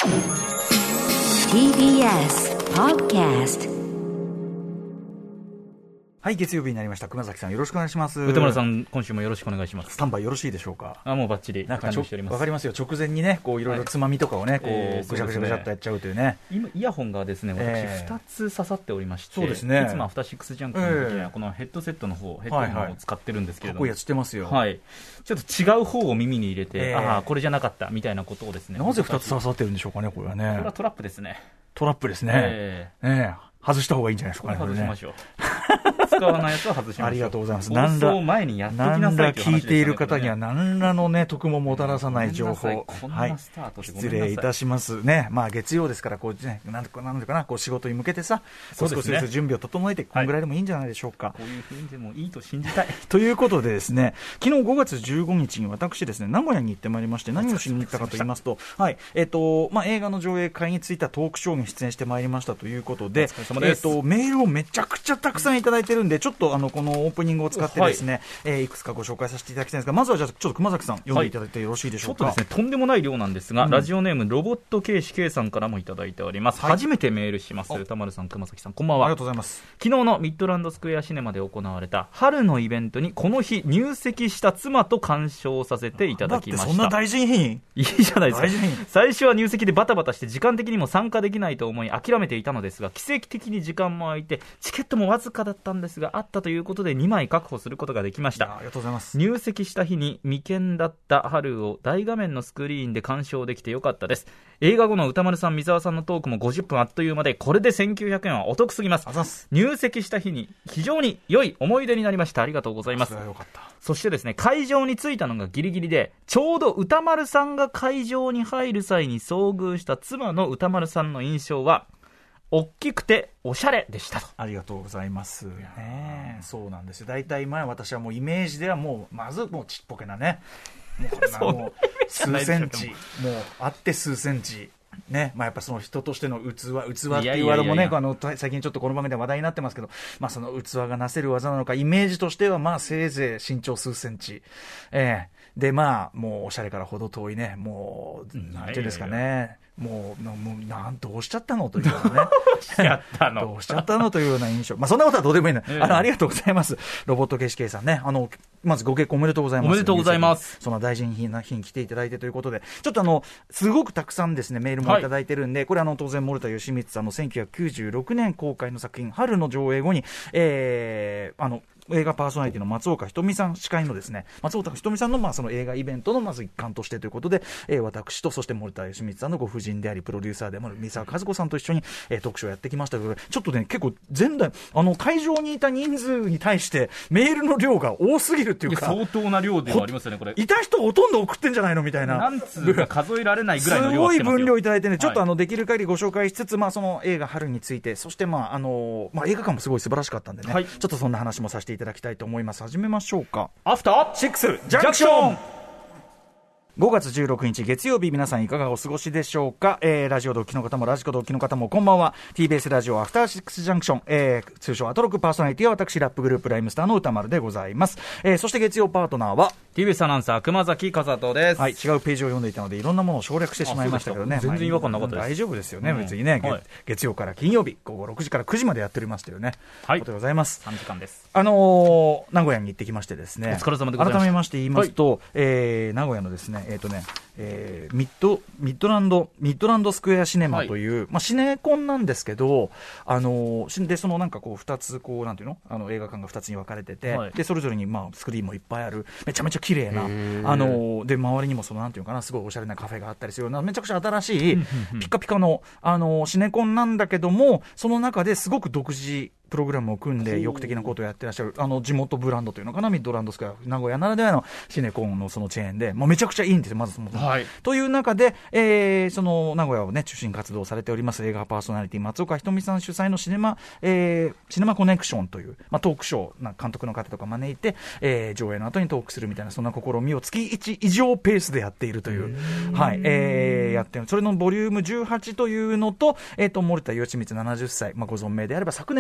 TBS Podcast。 はい、月曜日になりました。熊崎さん、よろしくお願いします。 歌丸さん、今週もよろしくお願いします。 スタンバイよろしいでしょうか。 もうバッチリなんか管理しております。 わかりますよ。直前にね、こういろいろつまみとかをね、こうぐしゃぐしゃぐしゃっとやっちゃうというね。 今イヤホンがですね、私2つ刺さっておりまして、 そうですね。 いつもアフターシックスジャンクションの時にはこのヘッドセットの方、ヘッドホンの方を使ってるんですけれども、 こうやってますよ。 はい。ちょっと違う方を耳に入れて、これじゃなかったみたいなことをですね。 なぜ2つ刺さってるんでしょうかね、これはね。 これはトラップですね。 トラップですね。外した方がいいんじゃないですかね。 外しましょう。使わないやつは外しましょう。 ありがとうございます。 放送前にやっときなさいという話ですね。 聞いている方には何らのね、得ももたらさない情報。 はい。 失礼いたしますね。まあ月曜ですから、こうね、なんていうかな、こう仕事に向けてさ、少しずつ準備を整えて、こんぐらいでもいいんじゃないでしょうか。 こういう風にでもいいと信じたい。 ということでですね、昨日5月15日に私ですね、名古屋に行ってまいりまして、何をしに行ったかと言いますと、はい、まあ映画の上映会についてはトークショーに出演してまいりましたということで、メールをめちゃくちゃたくさんいただいてるんで、ちょっとこのオープニングを使ってですね、いくつかご紹介させていただきたいんですが、まずはじゃあちょっと熊崎さん読んでいただいてよろしいでしょうか。 ちょっとですね、とんでもない量なんですが、ラジオネームロボット警視 K さんからもいただいております。初めてメールします。歌丸さん、熊崎さん、こんばんは。 ありがとうございます。 昨日のミッドランドスクエアシネマで行われた春のイベントにこの日入籍した妻と鑑賞させていただきました。 だってそんな大臣品いいじゃないですか。最初は入籍でバタバタして時間的にも参加できないと思い諦めていたのですが、奇跡的に時間も空いてチケットもわずかだったんですがあったということで2枚確保することができました。 ありがとうございます。 入籍した日に未見だった春を大画面のスクリーンで鑑賞できてよかったです。映画後の歌丸さん、水沢さんのトークも50分あっという間で、これで1900円はお得すぎます。入籍した日に非常に良い思い出になりました。ありがとうございます。そしてですね、会場に着いたのがギリギリで、ちょうど歌丸さんが会場に入る際に遭遇した妻の歌丸さんの印象は大きくておしゃれでしたと。 ありがとうございます、そうなんですよ。大体前私はもうイメージではもうまずもうちっぽけなね、もうこんなもう数センチ、もうあって数センチね、まあ、やっぱその人としての器っていうワードもね、最近ちょっとこの番組で話題になってますけど、まあ、その器がなせる技なのか、イメージとしてはまあせいぜい身長数センチ、でまあもうおしゃれからほど遠いね、もうなんていうんですかね、もうどうしちゃったのというようなねどうしちゃったのというような印象、まあ、そんなことはどうでもいいね、ありがとうございます。ロボット警視系さんね、まずご結婚おめでとうございます。 おめでとうございます。 そんな大臣品な日に来ていただいてということで、ちょっとすごくたくさんですねメールもいただいてるんで、これ当然森田義満さんの1996年公開の作品春の上映後に映画パーソナリティの松岡瞳さん司会のですね、松岡瞳さんのまあその映画イベントのまず一環としてということで、私とそして森田義満さんのご夫人でありプロデューサーでもある三沢和子さんと一緒に、特集をやってきましたけど、ちょっとね結構前代会場にいた人数に対してメールの量が多すぎるっていうか、 相当な量ではありますよね。これいた人ほとんど送ってんじゃないのみたいな、 なんつうか数えられないぐらいの量すごい分量いただいてね、ちょっとできる限りご紹介しつつ、まあその映画春について、そしてまあまあ映画館もすごい素晴らしかったんでね、ちょっとそんな話もさせていただきたいと思います。始めましょうか。 アフターシックスジャンクション。5月16日月曜日、皆さんいかがお過ごしでしょうか。ラジオ同期の方もラジコ同期の方もこんばんは。 TBS ラジオアフターシックスジャンクション、通称アトロク、パーソナリティは私ラップグループライムスターの歌丸でございます。そして月曜パートナーは TBS アナウンサー熊崎和人です。 はい、違うページを読んでいたのでいろんなものを省略してしまいましたけどね、 全然違和感なかったです。 大丈夫ですよね、別にね、月曜から金曜日午後6時から9時までやっておりますというね、ことでございます。 3時間です。 名古屋に行ってきましてですね、 お疲れ様でございます。 改めまして言いますと、名古屋のですねミッドランドスクエアシネマという、まあ、シネコンなんですけど、でそのなんかこう2つこうなんていうの、映画館が2つに分かれてて、でそれぞれにまあスクリーンもいっぱいある、めちゃめちゃ綺麗なで周りにもそのなんていうかな、すごいおしゃれなカフェがあったりするようなめちゃくちゃ新しいピカピカのシネコンなんだけども、その中ですごく独自プログラムを組んで意欲的なことをやってらっしゃる地元ブランドというのかな、ミッドランドスクエア名古屋ならではのシネコンのそのチェーンで、まあ、めちゃくちゃいいんですよ、まずその、という中で、その名古屋をね中心活動されております映画パーソナリティ松岡瞳さん主催のシネマコネクションという、まあ、トークショーな監督の方とか招いて、上映の後にトークするみたいな、そんな試みを月1以上ペースでやっているという、やってる、それのボリューム18というのと、森田義満70歳、まあ、ご存命であれば昨年70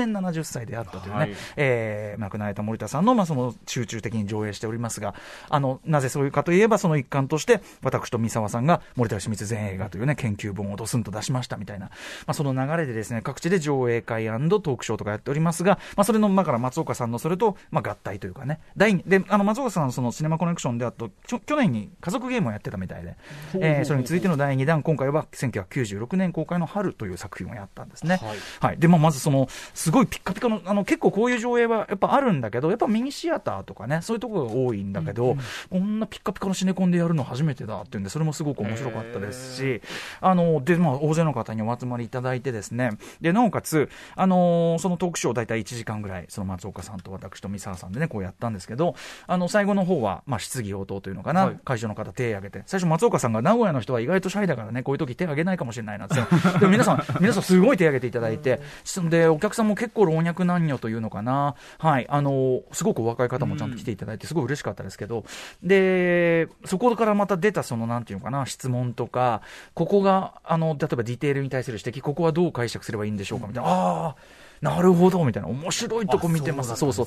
70歳であったというね、亡くなられた森田さんの、その集中的に上映しておりますが、なぜそういうかといえば、その一環として私と三沢さんが森田芳光全映画というね研究本をドスンと出しましたみたいな、その流れでですね、各地で上映会&トークショーとかやっておりますが、それのから松岡さんのそれと、合体というかね、で松岡さんのそのシネマコネクションであと去年に家族ゲームをやってたみたいで、それに続いての第2弾、今回は1996年公開の春という作品をやったんですね。はい、でまずそのすごいピッカピカの結構こういう上映はやっぱあるんだけど、やっぱミニシアターとかね、そういうところが多いんだけど、こんなピッカピカのシネコンでやるの初めてだっていうんで、それもすごく面白かったですし、で大勢の方にお集まりいただいてですね、でなおかつそのトークショー大体1時間ぐらい、その松岡さんと私と三沢さんでねこうやったんですけど、最後の方は質疑応答というのかな、会場の方手を挙げて、最初松岡さんが名古屋の人は意外とシャイだからね、こういう時手を挙げないかもしれないなってでも皆さんすごい手を挙げていただいて、でお客さんも結構老若男女というのかな、はい、すごくお若い方もちゃんと来ていただいてすごい嬉しかったですけど、でそこからまた出たそのなんていうのかな、質問とか、ここが例えばディテールに対する指摘、ここはどう解釈すればいいんでしょうかみたいな、なるほどみたいな、面白いとこ見てます。そうそう、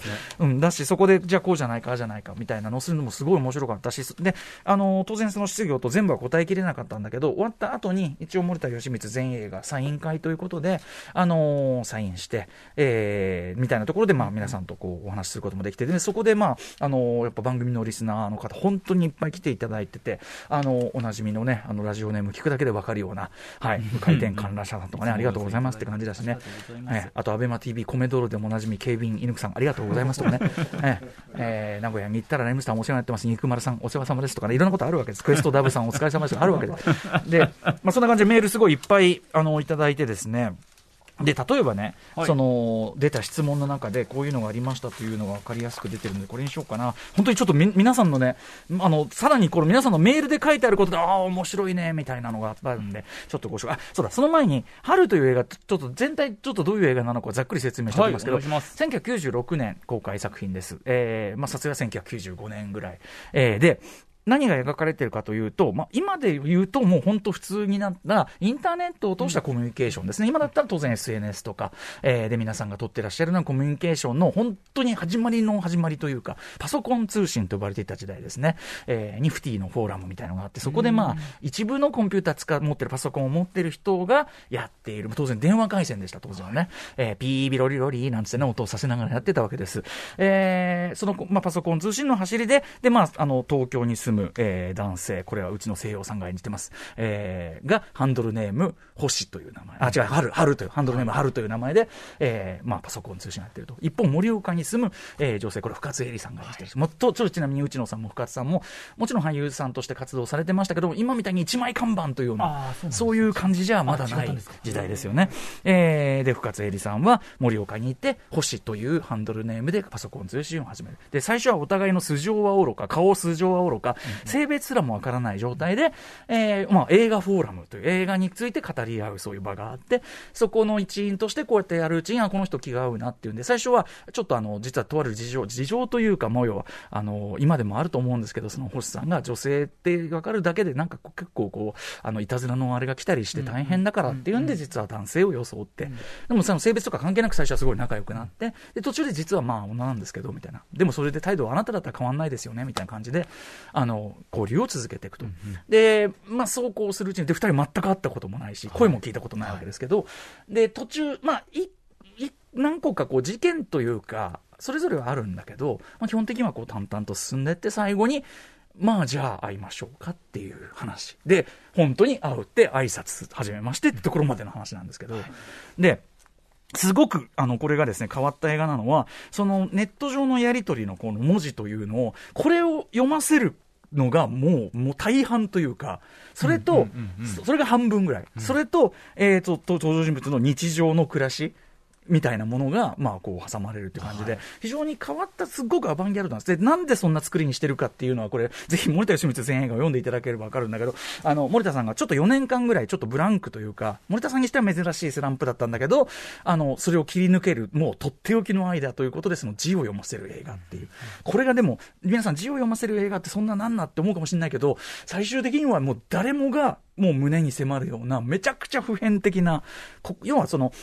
だしそこでじゃあこうじゃないかああじゃないかみたいなのをするのもすごい面白かったし、で当然その質疑と全部は答えきれなかったんだけど、終わった後に一応森田芳光全映画サイン会ということでサインして、みたいなところで皆さんとこうお話しすることもできて、でそこでやっぱ番組のリスナーの方本当にいっぱい来ていただいてて、おなじみのねラジオネーム聞くだけで分かるような、はい、無回転観覧車さんとかね、ありがとうございますって感じだしね、あとアベマ TV 米道路でもおなじみ警備員犬さんありがとうございますとかね名古屋に行ったらライムスターお世話になってます肉丸さんお世話様ですとかね、いろんなことあるわけです。クエストダブさんお疲れ様ですとかあるわけでそんな感じでメールすごいいっぱいいただいてですね、で例えばね、その出た質問の中でこういうのがありましたというのが分かりやすく出てるので、これにしようかな。本当にちょっと皆さんのね、さらにこの皆さんのメールで書いてあることで面白いねみたいなのがあるんで、ちょっとご紹介。そうだ、その前に春という映画、ちょっと全体ちょっとどういう映画なのかざっくり説明しておきますけど、1996年公開作品です。撮影は1995年ぐらい、で何が描かれているかというと、今で言うともう本当普通になったインターネットを通したコミュニケーションですね。今だったら当然 SNS とか、で皆さんが取ってらっしゃるようなコミュニケーションの本当に始まりの始まりというか、パソコン通信と呼ばれていた時代ですね。ニフティのフォーラムみたいなのがあって、そこで一部のコンピューター持ってるパソコンを持ってる人がやっている、当然電話回線でした当然ね、ピービロリロリなんつってね音をさせながらやってたわけです。そのパソコン通信の走りで東京に住む男性、これはうちの西洋さんが演じてます、がハンドルネーム星という名前、春というハンドルネーム春という名前で、パソコン通信やってると。一方盛岡に住む、女性、これ深津絵里さんが演じてる。ちなみに内野さんも深津さんももちろん俳優さんとして活動されてましたけど、今みたいに一枚看板というようなそういう感じじゃまだない時代ですよね。で深津絵里さんは盛岡にいて星というハンドルネームでパソコン通信を始める。で最初はお互いの素性はおろか顔素性はおろか、性別すらもわからない状態で、映画フォーラムという映画について語り合うそういう場があって、そこの一員としてこうやってやるうちにこの人気が合うなっていうんで、最初はちょっと実はとある事情というか、要は今でもあると思うんですけど、その星さんが女性って分かるだけでなんか結構こういたずらのあれが来たりして大変だからっていうんで、実は男性を装って、でもその性別とか関係なく最初はすごい仲良くなって、で途中で実は女なんですけどみたいな、でもそれで態度はあなただったら変わんないですよねみたいな感じで交流を続けていくと。でそうこうするうちに、で2人全く会ったこともないし声も聞いたことないわけですけど、で途中何個かこう事件というかそれぞれはあるんだけど、基本的にはこう淡々と進んでいって、最後にじゃあ会いましょうかっていう話で、本当に会うって挨拶始めましてってところまでの話なんですけど、ですごくこれがですね変わった映画なのは、そのネット上のやり取りのこの文字というのを、これを読ませるのがもう大半というか、それと、それが半分ぐらい、それと登場人物の日常の暮らしみたいなものがこう挟まれるという感じで、非常に変わったすごくアバンギャルドなんです。でなんでそんな作りにしてるかっていうのは、これぜひ森田芳光全映画を読んでいただければ分かるんだけど、森田さんがちょっと4年間ぐらいちょっとブランクというか、森田さんにしては珍しいスランプだったんだけど、それを切り抜けるもうとっておきのアイデアということで、その字を読ませる映画っていう、これがでも皆さん字を読ませる映画ってそんななんなって思うかもしれないけど、最終的にはもう誰もがもう胸に迫るようなめちゃくちゃ普遍的な、要はその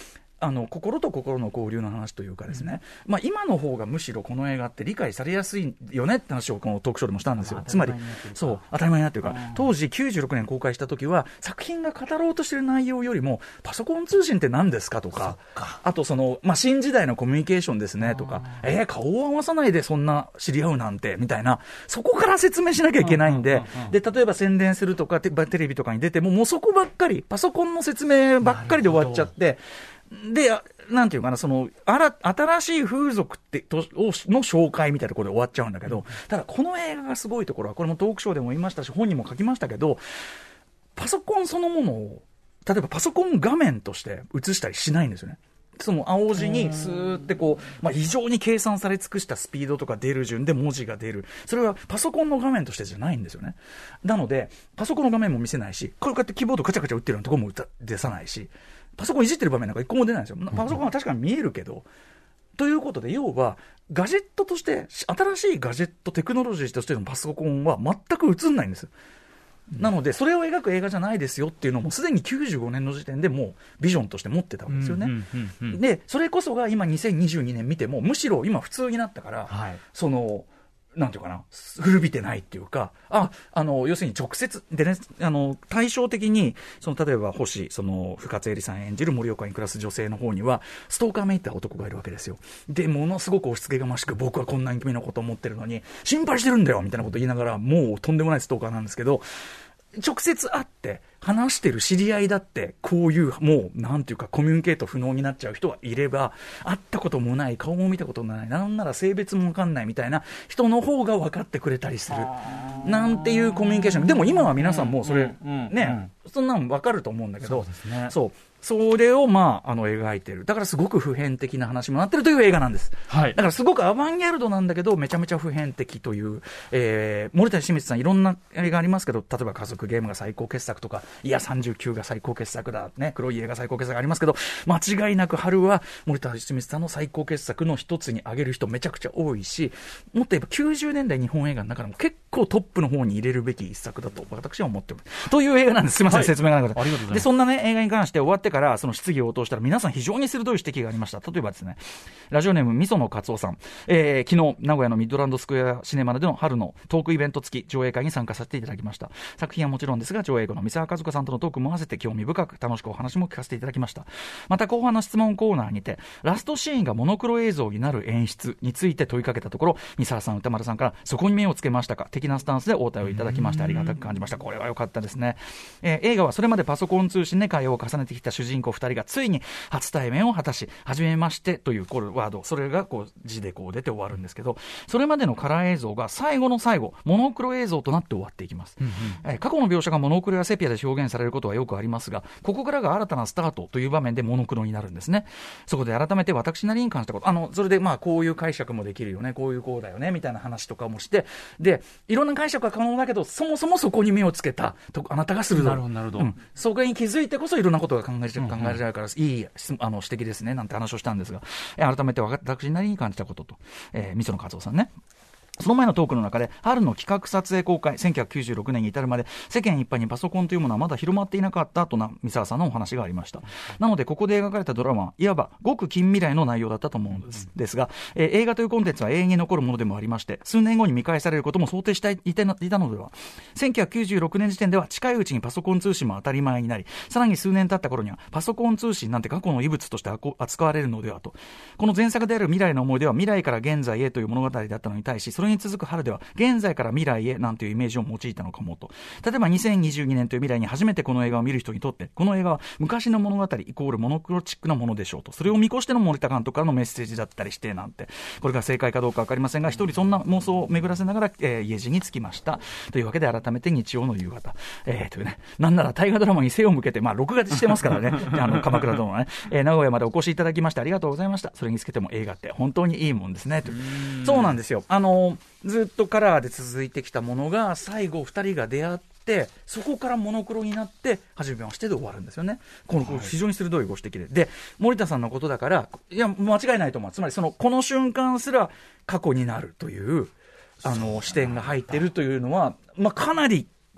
心と心の交流の話というかですね、まあ、今の方がむしろこの映画って理解されやすいよねって話をこのトークショーでもしたんですよ。つまりそう当たり前になっていうか、当時96年公開した時は作品が語ろうとしている内容よりもパソコン通信って何ですかとか、あとまあ、新時代のコミュニケーションですねとか、顔を合わさないでそんな知り合うなんてみたいな、そこから説明しなきゃいけないんで、で例えば宣伝するとかテレビとかに出てももうそこばっかりパソコンの説明ばっかりで終わっちゃって、でなんていうかな、新しい風俗の紹介みたいなところで終わっちゃうんだけど、ただこの映画がすごいところは、これもトークショーでも言いましたし本にも書きましたけど、パソコンそのものを例えばパソコン画面として映したりしないんですよね。その青字にスーってこう、まあ、非常に計算され尽くしたスピードとか出る順で文字が出る、それはパソコンの画面としてじゃないんですよね。なのでパソコンの画面も見せないし、こうやってキーボードカチャカチャ打ってるようなところも出さないし、パソコンいじってる場面なんか一個も出ないんですよ。パソコンは確かに見えるけど、ということで要はガジェットとして新しいガジェットテクノロジーとしてのパソコンは全く映んないんです。なのでそれを描く映画じゃないですよっていうのもすでに95年の時点でもうビジョンとして持ってたわけですよね。でそれこそが今2022年見てもむしろ今普通になったから、はい、なんていうかな、古びてないっていうか、要するに直接でね、対照的に例えば深津絵里さん演じる盛岡に暮らす女性の方にはストーカーめいた男がいるわけですよ。でものすごく押し付けがましく、僕はこんなに君のことを思ってるのに心配してるんだよみたいなことを言いながら、もうとんでもないストーカーなんですけど、直接会って話してる知り合いだってこういうもうなんていうかコミュニケート不能になっちゃう人はいれば、会ったこともない、顔も見たこともない、なんなら性別も分かんないみたいな人の方が分かってくれたりするなんていうコミュニケーション。でも今は皆さんもうそれね、そんなの分かると思うんだけど、それを描いてる。だからすごく普遍的な話もなってるという映画なんです、はい、だからすごくアバンギャルドなんだけどめちゃめちゃ普遍的という、森田清水さんいろんな映画ありますけど、例えば家族ゲームが最高傑作とか、いや39が最高傑作だ、ね、黒い家が最高傑作ありますけど、間違いなく春は森田清水さんの最高傑作の一つに挙げる人めちゃくちゃ多いし、もっと言えば90年代日本映画の中でも結構トップの方に入れるべき一作だと私は思っておりますという映画なんです。すいません、はい、説明がなかった。でそんな、ね、映画に関して終わってからその質疑応答したら皆さん非常に鋭い指摘がありました。例えばですね、ラジオネームみそのかつおさん、昨日名古屋のミッドランドスクエアシネマでの春のトークイベント付き上映会に参加させていただきました。作品はもちろんですが上映後の三沢和子さんとのトークも合わせて興味深く楽しくお話も聞かせていただきました。また後半の質問コーナーにてラストシーンがモノクロ映像になる演出について問いかけたところ、三沢さん歌丸さんからそこに目をつけましたか的なスタンスでお答えをいただきましてありがたく感じました。これは良かったですね。映画はそれまでパソコン通信で会話を重ねてきた主人公2人がついに初対面を果たし、初めましてというワード、それが字で出て終わるんですけど、それまでのカラー映像が最後の最後モノクロ映像となって終わっていきます、過去の描写がモノクロやセピアで表現されることはよくありますが、ここからが新たなスタートという場面でモノクロになるんですね。そこで改めて私なりに感じたこと、それでこういう解釈もできるよね、こうだよねみたいな話とかもして、でいろんな解釈が可能だけど、そもそもそこに目をつけたとあなたが鋭い、なるほど、そこに気づいてこそいろんなことが考えられるから、いい指摘ですねなんて話をしたんですが、改めて私なりに感じたことと、みその和夫さんね。その前のトークの中で春の企画撮影公開1996年に至るまで世間一般にパソコンというものはまだ広まっていなかったと三沢さんのお話がありました。なのでここで描かれたドラマはいわばごく近未来の内容だったと思うんですが、映画というコンテンツは永遠に残るものでもありまして、数年後に見返されることも想定していたのでは。1996年時点では近いうちにパソコン通信も当たり前になり、さらに数年経った頃にはパソコン通信なんて過去の遺物として扱われるのではと。この前作である未来の思い出は未来から現在へという物語だったのに対し、それに続く春では現在から未来へなんていうイメージを用いたのかもと。例えば2022年という未来に初めてこの映画を見る人にとって、この映画は昔の物語イコールモノクロチックなものでしょうと。それを見越しての森田監督からのメッセージだったりしてなんて、これが正解かどうか分かりませんが、一人そんな妄想を巡らせながら、家路に着きましたというわけで、改めて日曜の夕方、というね、なんなら大河ドラマに背を向けて、録画してますからね鎌倉殿はね、名古屋までお越しいただきましてありがとうございました。それにつけても映画って本当にいいもんですねと。そうなんですよ。ずっとカラーで続いてきたものが最後2人が出会って、そこからモノクロになって初めましてで終わるんですよね。この非常に鋭いご指摘で、森田さんのことだから、いや間違いないと思う。つまりこの瞬間すら過去になるという視点が入っているというのは、かなり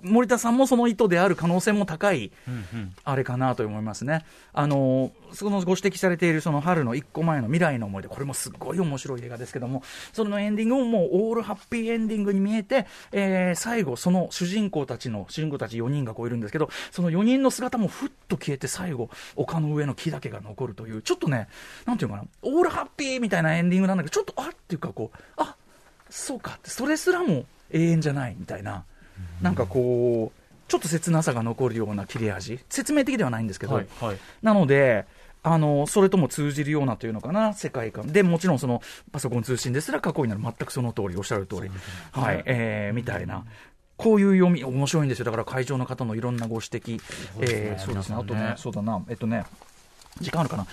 森田さんもその意図である可能性も高い、あれかなと思いますね。そのご指摘されているその春の1個前の未来の思い出、これもすごい面白い映画ですけども、そのエンディングももうオールハッピーエンディングに見えて、最後その主人公たち4人がこういるんですけど、その4人の姿もふっと消えて、最後丘の上の木だけが残るという、ちょっとね、なんていうかな、オールハッピーみたいなエンディングなんだけど、ちょっとっていうかこう、そうかって、それすらも永遠じゃないみたいな、なんかこうちょっと切なさが残るような切れ味、説明的ではないんですけど、なのでそれとも通じるようなというのかな、世界観で、もちろんそのパソコン通信ですら過去になる、全くその通り、おっしゃる通り、みたいな、こういう読み面白いんですよ。だから会場の方のいろんなご指摘、そうですね、あとね、そうだな、時間あるかな、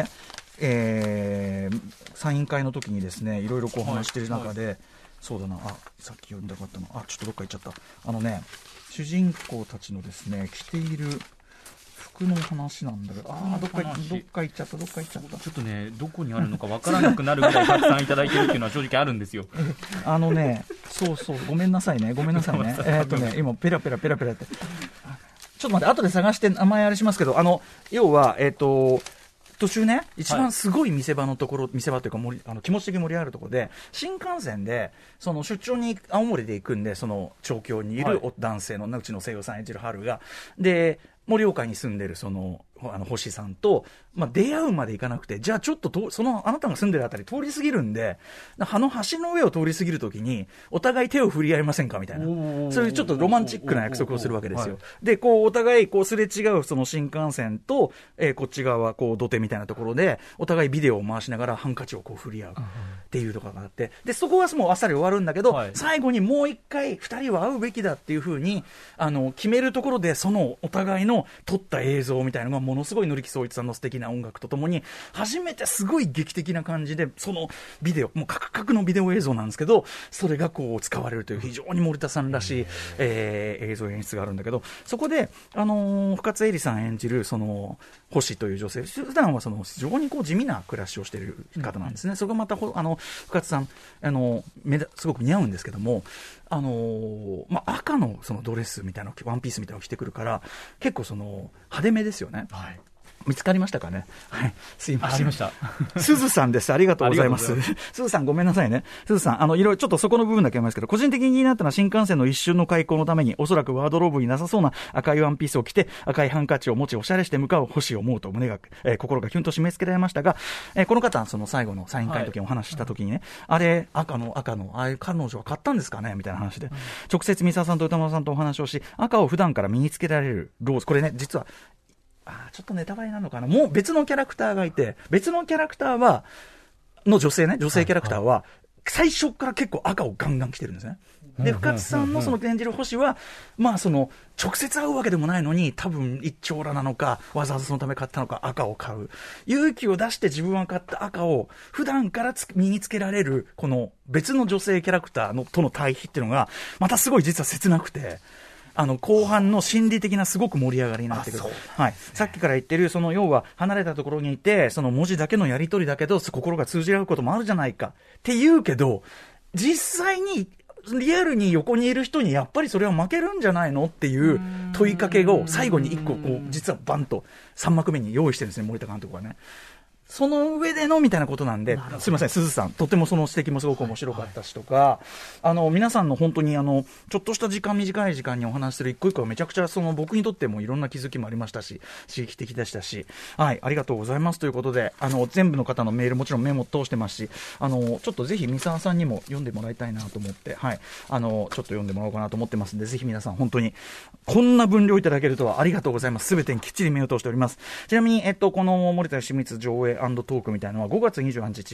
サイン会の時にですね、いろいろこう話している中で、そうだな、さっき読んだかったの、ちょっとどっか行っちゃった、主人公たちのですね、着ている服の話なんだけど、どっか行っちゃった。ちょっとね、どこにあるのかわからなくなるぐらいたくさんいただいてるっていうのは正直あるんですよ。 そう、ごめんなさいね。今ペラペラって。ちょっと待って、後で探して名前あれしますけど、要は、途中ね、一番すごい見せ場のところ、見せ場というか気持ち的に盛り上がるところで、新幹線でその出張に青森で行くんで、その調教にいる男性の、うちの声優さん演じる春が、で盛岡に住んでるその星さんと、出会うまでいかなくて、じゃあちょっとあなたが住んでるあたり通り過ぎるんで、橋の上を通り過ぎるときにお互い手を振り合いませんかみたいな、そういうちょっとロマンチックな約束をするわけですよ。でこうお互いこうすれ違うその新幹線と、こっち側こう土手みたいなところでお互いビデオを回しながらハンカチをこう振り合うっていうところがあって、でそこはもうあっさり終わるんだけど、最後にもう一回2人は会うべきだっていう風に決めるところで、そのお互いの撮った映像みたいなのがものすごい乗木総一さんの素敵な音楽とともに初めてすごい劇的な感じで、そのビデオもうカクカクのビデオ映像なんですけど、それがこう使われるという非常に森田さんらしい、映像演出があるんだけど、そこで深津絵里さん演じるその星という女性、普段はその非常にこう地味な暮らしをしている方なんですね。それがまた深津さんすごく似合うんですけども、赤のそのドレスみたいなワンピースみたいなのを着てくるから結構その派手めですよね。見つかりましたかね。すいません。すずさんです。ありがとうございます。すずさんごめんなさいね。すずさん、いろいろちょっとそこの部分だけありますけど、個人的に気になったのは新幹線の一瞬の開口のために、おそらくワードローブになさそうな赤いワンピースを着て、赤いハンカチを持ち、おしゃれして向かう星を思うと心がキュンと締め付けられましたが、この方、その最後のサイン会の時にお話しした時にね、赤の、彼女は買ったんですかねみたいな話で、直接三沢さんと歌丸さんとお話をし、赤を普段から身につけられるローズ、これね、実は、ちょっとネタバレなのかな、もう別のキャラクターがいて、別のキャラクターの女性キャラクターは、最初から結構赤をガンガン着てるんですね。で、深津さんのその演じる星は、その、直接会うわけでもないのに、多分一丁羅なのか、わざわざそのため買ったのか、赤を買う。勇気を出して自分は買った赤を、普段から身につけられる、この別の女性キャラクターとの対比っていうのが、またすごい実は切なくて、後半の心理的なすごく盛り上がりになってくる。さっきから言ってる、その要は離れたところにいて、その文字だけのやり取りだけど、心が通じ合うこともあるじゃないかって言うけど、実際にリアルに横にいる人にやっぱりそれは負けるんじゃないのっていう問いかけを最後に一個こう、実はバンと3幕目に用意してるんですね、森田監督はね。その上でのみたいなことなんで、すみません、鈴さん、とてもその指摘もすごく面白かったしとか、皆さんの本当にちょっとした短い時間にお話しする一個一個はめちゃくちゃ僕にとってもいろんな気づきもありましたし、刺激的でしたし、ありがとうございますということで、全部の方のメールもちろんメモ通してますし、ちょっとぜひ三沢さんにも読んでもらいたいなと思って、ちょっと読んでもらおうかなと思ってますんで、ぜひ皆さん本当にこんな分量いただけるとはありがとうございます。すべてにきっちり目を通しております。ちなみにこの森田芳光上映&トークみたいなのは5月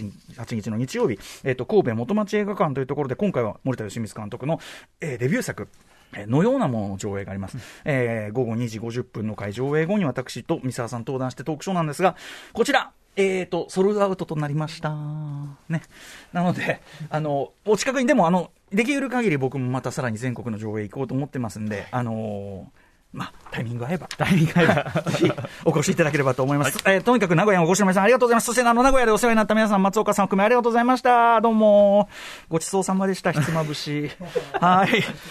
28日の日曜日、神戸元町映画館というところで、今回は森田芳光監督の、デビュー作のようなものの上映があります。午後2時50分の回上映後に私と三沢さん登壇してトークショーなんですが、こちらソルドアウトとなりましたね。なのでお近くにでもできる限り僕もまたさらに全国の上映行こうと思ってますんで、タイミング合えばぜひお越しいただければと思います。とにかく名古屋にお越しの皆さんありがとうございます。そして名古屋でお世話になった皆さん、松岡さん含めありがとうございました。どうもごちそうさまでした。ひつまぶしはい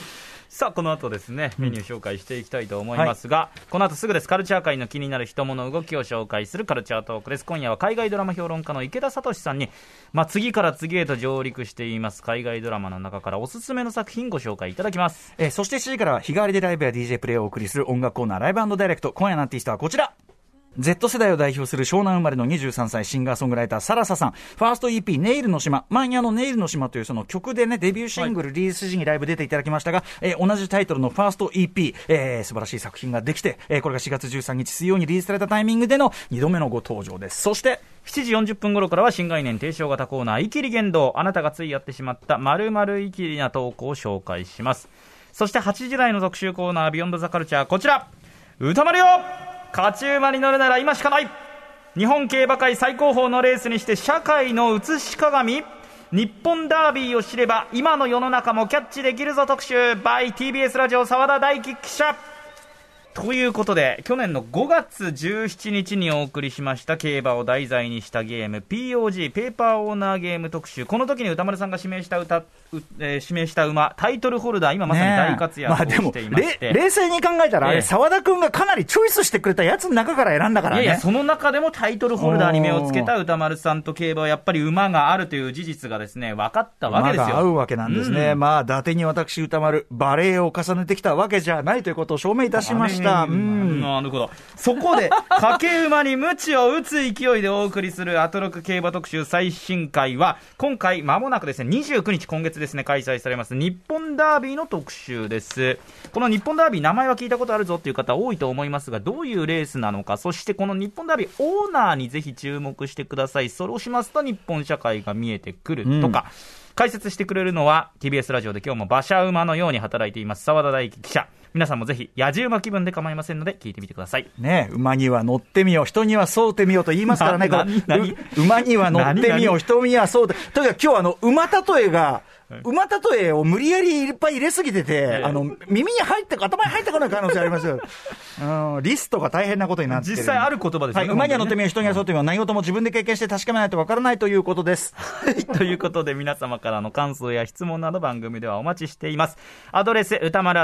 さあこの後ですねメニュー紹介していきたいと思いますが、この後すぐです。カルチャー界の気になる人物動きを紹介するカルチャートークです。今夜は海外ドラマ評論家の池田聡さんに、次から次へと上陸しています海外ドラマの中からおすすめの作品ご紹介いただきます。 そして7時からは日替わりでライブや DJ プレイをお送りする音楽コーナーライブ&ダイレクト。今夜のアーティストはこちら。Z 世代を代表する湘南生まれの23歳シンガーソングライターサラサさん。ファースト EP ネイルの島、前にネイルの島というその曲でねデビューシングルリリース時にライブ出ていただきましたが、同じタイトルのファースト EP、素晴らしい作品ができて、これが4月13日水曜にリリースされたタイミングでの2度目のご登場です。そして 7時40分頃からは新概念提唱型コーナーイキリ言動、あなたがついやってしまった〇〇イキリな投稿を紹介します。そして8時台の特集コーナービヨンドザカルチャー、こちら歌丸よ勝ち馬に乗るなら今しかない。日本競馬界最高峰のレースにして社会の映し鏡、日本ダービーを知れば今の世の中もキャッチできるぞ特集 by TBS ラジオ澤田大樹記者ということで、去年の5月17日にお送りしました競馬を題材にしたゲーム POG ペーパーオーナーゲーム特集。この時に歌丸さんが指名した馬タイトルホルダー、今まさに大活躍をしていまして、 冷静に考えたらあれ澤田君がかなりチョイスしてくれたやつの中から選んだからね。 いやいや、その中でもタイトルホルダーに目をつけた歌丸さんと競馬はやっぱり馬があるという事実がですね分かったわけですよ。 馬が合うわけなんですね、伊達に私歌丸バレエを重ねてきたわけじゃないということを証明いたしました。 なるほど。そこで賭け馬に鞭を打つ勢いでお送りするアトロク競馬特集最新回は、今回間もなくですね29日今月ですね開催されます日本ダービーの特集です。この日本ダービー名前は聞いたことあるぞという方多いと思いますが、どういうレースなのか、そしてこの日本ダービーオーナーにぜひ注目してください。そうしますと日本社会が見えてくるとか、解説してくれるのは TBS ラジオで今日も馬車馬のように働いています澤田大樹記者。皆さんもぜひ野じ馬気分で構いませんので聞いてみてくださいね。馬には乗ってみよう、人には沿うてみようと言いますからね。馬には乗ってみよう、人には沿うて。とにかく今日馬例えを無理やりいっぱい入れすぎてて、耳に入って頭に入ってこない可能性ありますよ。リストが大変なことになってる。 実際ある言葉ですよね。 馬には乗ってみよう、人には沿ってみよう、何事も自分で経験して確かめないとわからないということです。 ということで皆様からの感想や質問など番組ではお待ちしています。アドレス歌丸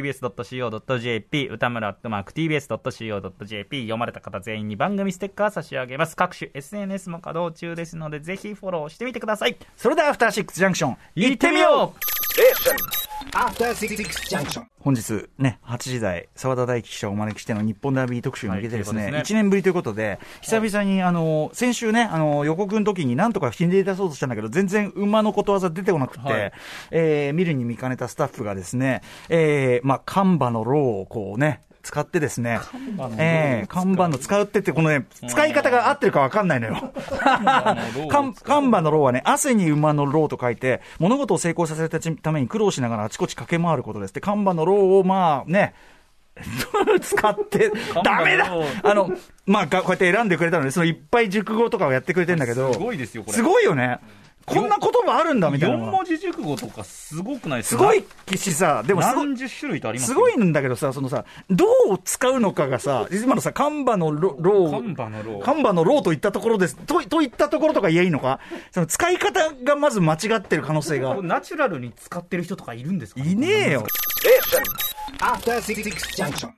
@tbs.co.jp 歌丸@tbs.co.jp 読まれた方全員に番組ステッカー差し上げます。各種 SNS も稼働中ですのでぜひフォローしてみてください。 それではアフターシックスジャンクション行ってみよう。 本日ね8時台澤田大樹記者をお招きしての日本ダービー特集に向けてですね、1年ぶりということで久々に先週ね予告の時になんとかひねり出そうとしたんだけど全然馬のことわざ出てこなくて、見るに見かねたスタッフがですね、看馬のローをこうね使ってですね、看板の使うってこのね使い方が合ってるか分かんないのよ。看板のローはね、汗に馬のローと書いて物事を成功させるために苦労しながらあちこち駆け回ることです。で看板のローを使ってダメだこうやって選んでくれたのでそのいっぱい熟語とかをやってくれてるんだけど、 すごいですよこれ。 すごいよね。こんな言葉あるんだみたいな。 4文字熟語とかすごくないですか。 すごいしさ、でも何十種類とありますすごいんだけどさ、どう使うのかがさ、今のさ、看板のローといったところです。といったところとか言えいいのか、その使い方がまず間違ってる可能性が。 ナチュラルに使ってる人とかいるんですか、ね、 いねえよ。